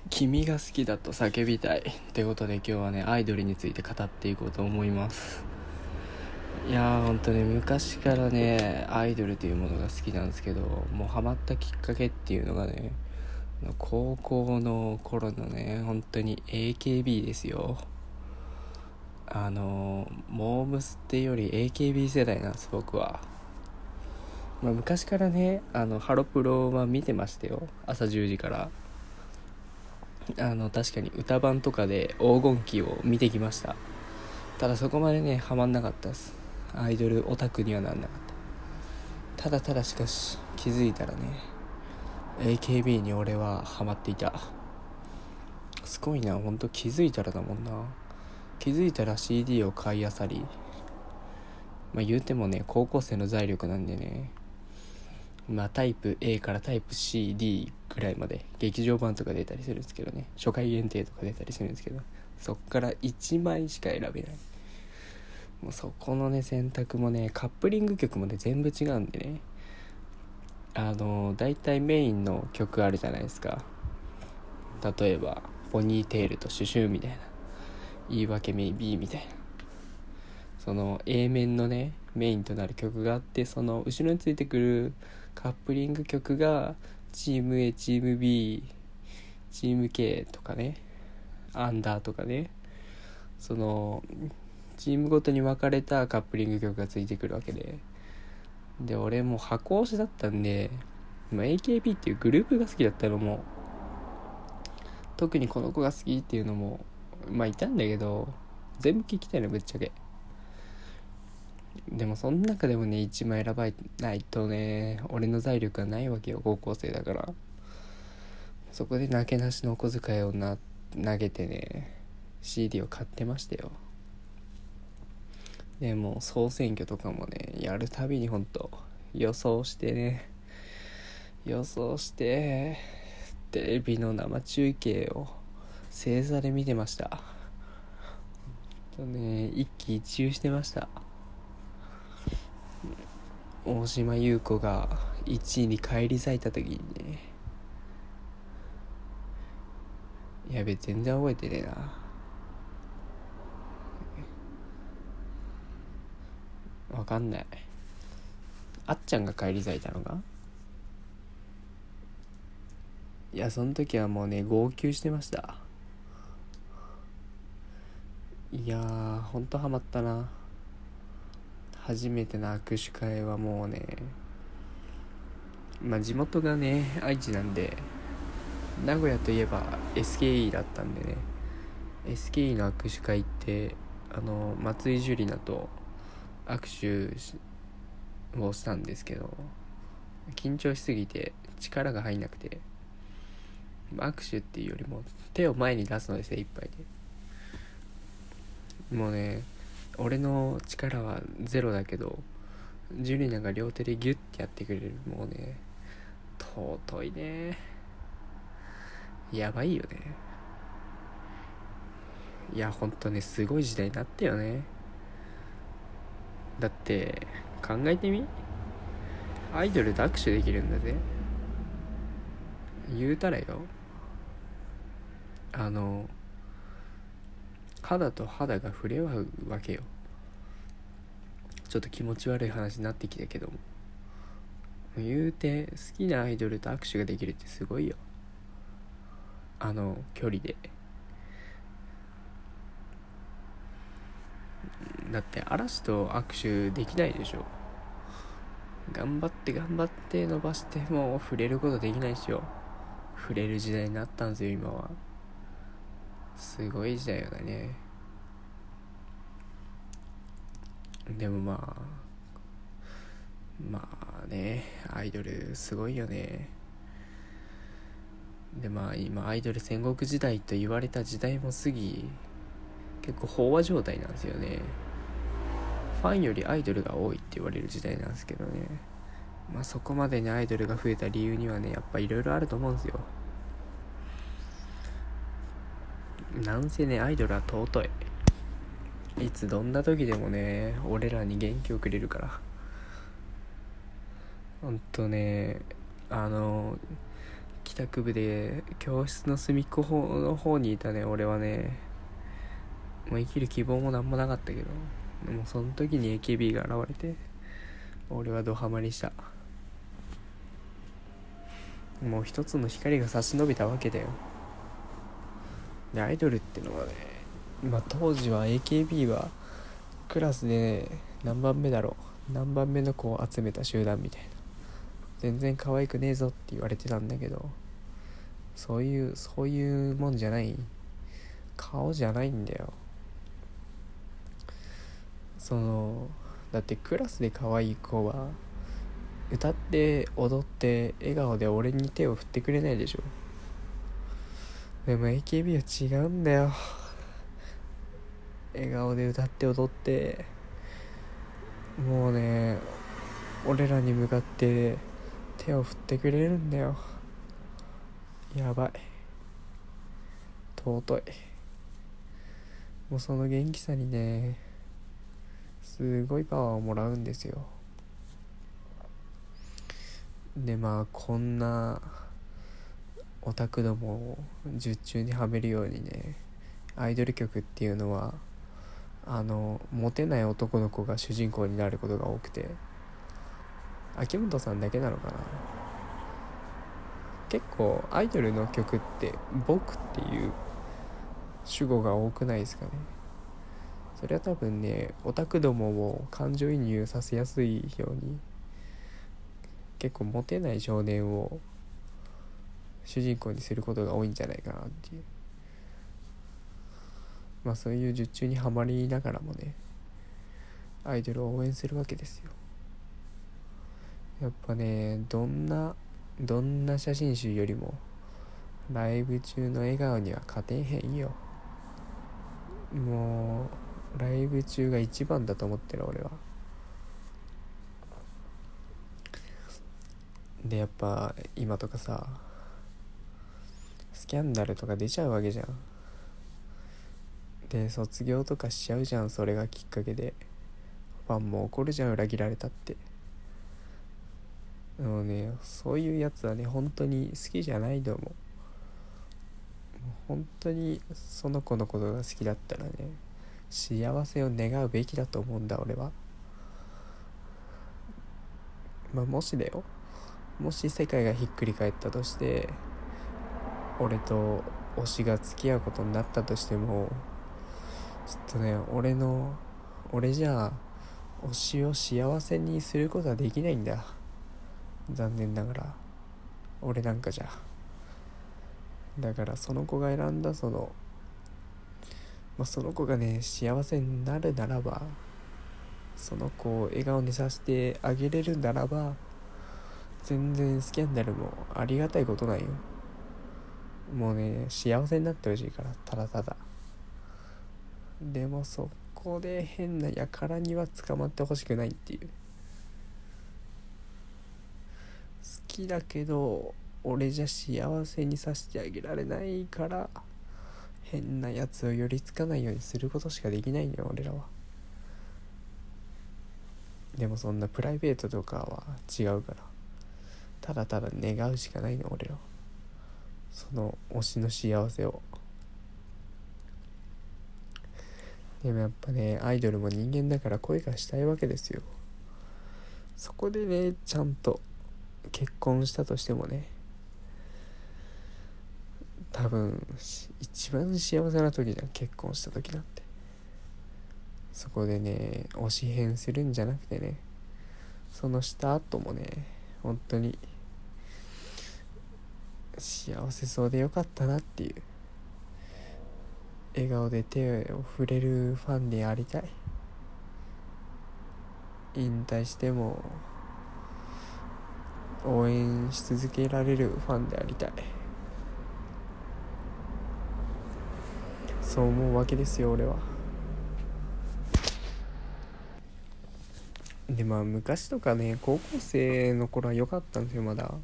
君が好きだと叫びたいってことで、今日はねアイドルについて語っていこうと思います。いやーほんとね、昔からねアイドルというものが好きなんですけど、もうハマったきっかけっていうのがね、高校の頃のね本当に AKB ですよ。モームスっていうより AKB 世代なんです僕は。昔からねハロプロは見てましたよ、朝10時から。確かに歌番とかで黄金期を見てきました。ただそこまでねハマんなかったです。アイドルオタクにはなんなかった。ただただしかし気づいたらね AKB に俺はハマっていた。すごいな、ほんと気づいたらだもんな。気づいたら CD を買い漁り、言うてもね高校生の財力なんでね、タイプ A からタイプ CD ぐらいまで劇場版とか出たりするんですけどね、初回限定とか出たりするんですけど、そっから1枚しか選べない。もうそこのね選択もね、カップリング曲もね全部違うんでね、だいたいメインの曲あるじゃないですか。例えばポニーテールとシュシュみたいな、言い訳メイビーみたいな、その A 面のねメインとなる曲があって、その後ろについてくるカップリング曲がチーム A、チーム B、チーム K とかね、アンダーとかね、そのチームごとに分かれたカップリング曲がついてくるわけで、俺もう箱推しだったんで、AKB っていうグループが好きだったのも、特にこの子が好きっていうのもいたんだけど、全部聞きたいのぶっちゃけ。でもその中でもね1枚選ばないとね俺の財力がないわけよ、高校生だから。そこでなけなしのお小遣いを投げてね CD を買ってましたよ。でも総選挙とかもねやるたびにほんと予想してテレビの生中継を正座で見てました。一喜一憂してました。大島優子が1位に返り咲いた時にね、やべ全然覚えてねえな、わかんない。あっちゃんが返り咲いたのか。いやその時はもうね号泣してました。いやーほんとハマったな。初めての握手会はもうね、地元がね愛知なんで、名古屋といえば SKE だったんでね、 SKE の握手会って松井樹里奈と握手をしたんですけど、緊張しすぎて力が入んなくて、握手っていうよりも手を前に出すので精一杯で、もうね俺の力はゼロだけどジュリナが両手でギュッてやってくれる、もうね尊いね、やばいよね。いやほんとねすごい時代になったよね。だって考えてみ、アイドルと握手できるんだぜ。言うたらよ、肌と肌が触れ合うわけよ。ちょっと気持ち悪い話になってきたけども、言うて好きなアイドルと握手ができるってすごいよ、距離で。だって嵐と握手できないでしょ。頑張って伸ばしても触れることできないでしょ。触れる時代になったんですよ今は。すごい時代だね。でもまあね、アイドルすごいよね。で今アイドル戦国時代と言われた時代も過ぎ、結構飽和状態なんですよね。ファンよりアイドルが多いって言われる時代なんですけどね、そこまでにアイドルが増えた理由にはねやっぱいろいろあると思うんですよ。なんせねアイドルは尊い。いつどんな時でもね俺らに元気をくれるから。ほんとね帰宅部で教室の隅っこの方にいたね俺はね、もう生きる希望もなんもなかったけど、もうその時に AKB が現れて俺はドハマりした。もう一つの光が差し伸びたわけだよ。でアイドルってのはね、当時は AKB はクラスで、何番目だろう、何番目の子を集めた集団みたいな、全然可愛くねえぞって言われてたんだけど、そういうもんじゃない、顔じゃないんだよ。だってクラスで可愛い子は歌って踊って笑顔で俺に手を振ってくれないでしょ。でも AKB は違うんだよ。笑顔で歌って踊ってもうね、俺らに向かって手を振ってくれるんだよ。やばい、尊い。もうその元気さにね、すごいパワーをもらうんですよ。でこんなオタクどもを術中にはめるようにね、アイドル曲っていうのはモテない男の子が主人公になることが多くて、秋元さんだけなのかな。結構アイドルの曲って僕っていう主語が多くないですかね。それは多分ね、オタクどもを感情移入させやすいように、結構モテない少年を主人公にすることが多いんじゃないかなっていう、そういう術中にはまりながらもね、アイドルを応援するわけですよ。やっぱね、どんな写真集よりもライブ中の笑顔には勝てへんよ。もうライブ中が一番だと思ってる俺は。でやっぱ今とかさ、スキャンダルとか出ちゃうわけじゃん。で卒業とかしちゃうじゃん、それがきっかけで。ファンも怒るじゃん、裏切られたって。でもね、そういうやつはね、本当に好きじゃないと思う。本当にその子のことが好きだったらね、幸せを願うべきだと思うんだ俺は。もしだよ、もし世界がひっくり返ったとして、俺と推しが付き合うことになったとしても、ちょっとね、俺じゃあ推しを幸せにすることはできないんだ。残念ながら俺なんかじゃ。だからその子が選んだその子がね、幸せになるならば、その子を笑顔にさせてあげれるならば、全然スキャンダルもありがたいことないよ。もうね、幸せになってほしいから、ただただ。でもそこで変な輩には捕まってほしくないっていう。好きだけど俺じゃ幸せにさせてあげられないから、変なやつを寄りつかないようにすることしかできないんだよ俺らは。でもそんなプライベートとかは違うから、ただただ願うしかないの俺らは。その推しの幸せを。でもやっぱね、アイドルも人間だから恋がしたいわけですよ。そこでね、ちゃんと結婚したとしてもね、多分一番幸せな時じゃん、結婚した時なんて。そこでね、推し変するんじゃなくてね、そのした後もね、本当に幸せそうでよかったなっていう、笑顔で手を触れるファンでありたい。引退しても応援し続けられるファンでありたい。そう思うわけですよ俺は。で昔とかね、高校生の頃は良かったんですよ。まだ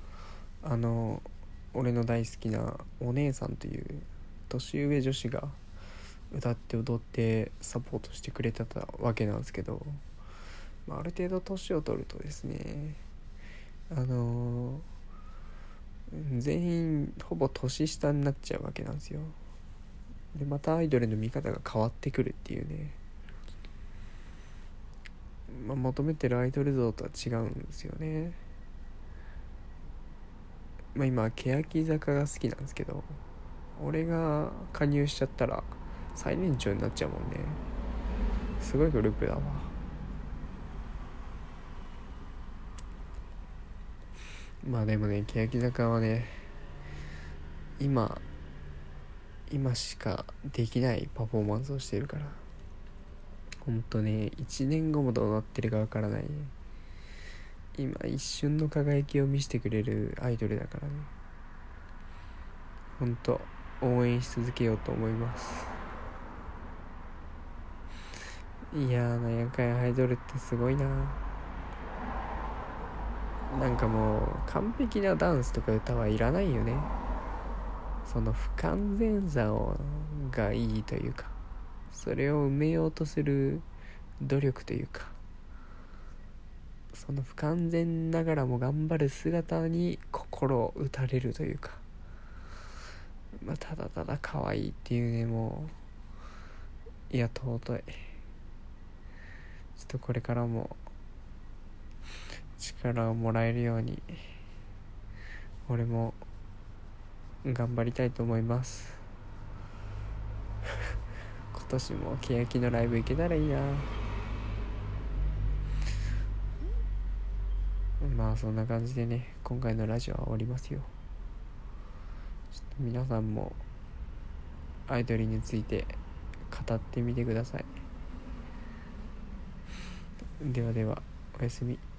俺の大好きなお姉さんという年上女子が歌って踊ってサポートしてくれてたわけなんですけど、ある程度年を取るとですね、 全員ほぼ年下になっちゃうわけなんですよ。でまたアイドルの見方が変わってくるっていうね、求めてるアイドル像とは違うんですよね。今は欅坂が好きなんですけど、俺が加入しちゃったら最年長になっちゃうもんね。すごいグループだわ。でもね、欅坂はね、今しかできないパフォーマンスをしてるから、ほんとね、1年後もどうなってるかわからないね。今一瞬の輝きを見せてくれるアイドルだからね、ほんと応援し続けようと思います。いやー、なんやかんやアイドルってすごいな。なんかもう完璧なダンスとか歌はいらないよね。その不完全さがいいというか、それを埋めようとする努力というか、その不完全ながらも頑張る姿に心を打たれるというか、ただただ可愛いっていうね、もう尊い。ちょっとこれからも力をもらえるように俺も頑張りたいと思います。今年も欅のライブ行けたらいいな。そんな感じでね、今回のラジオは終わりますよ。ちょっと皆さんもアイドルについて語ってみてください。ではでは、おやすみ。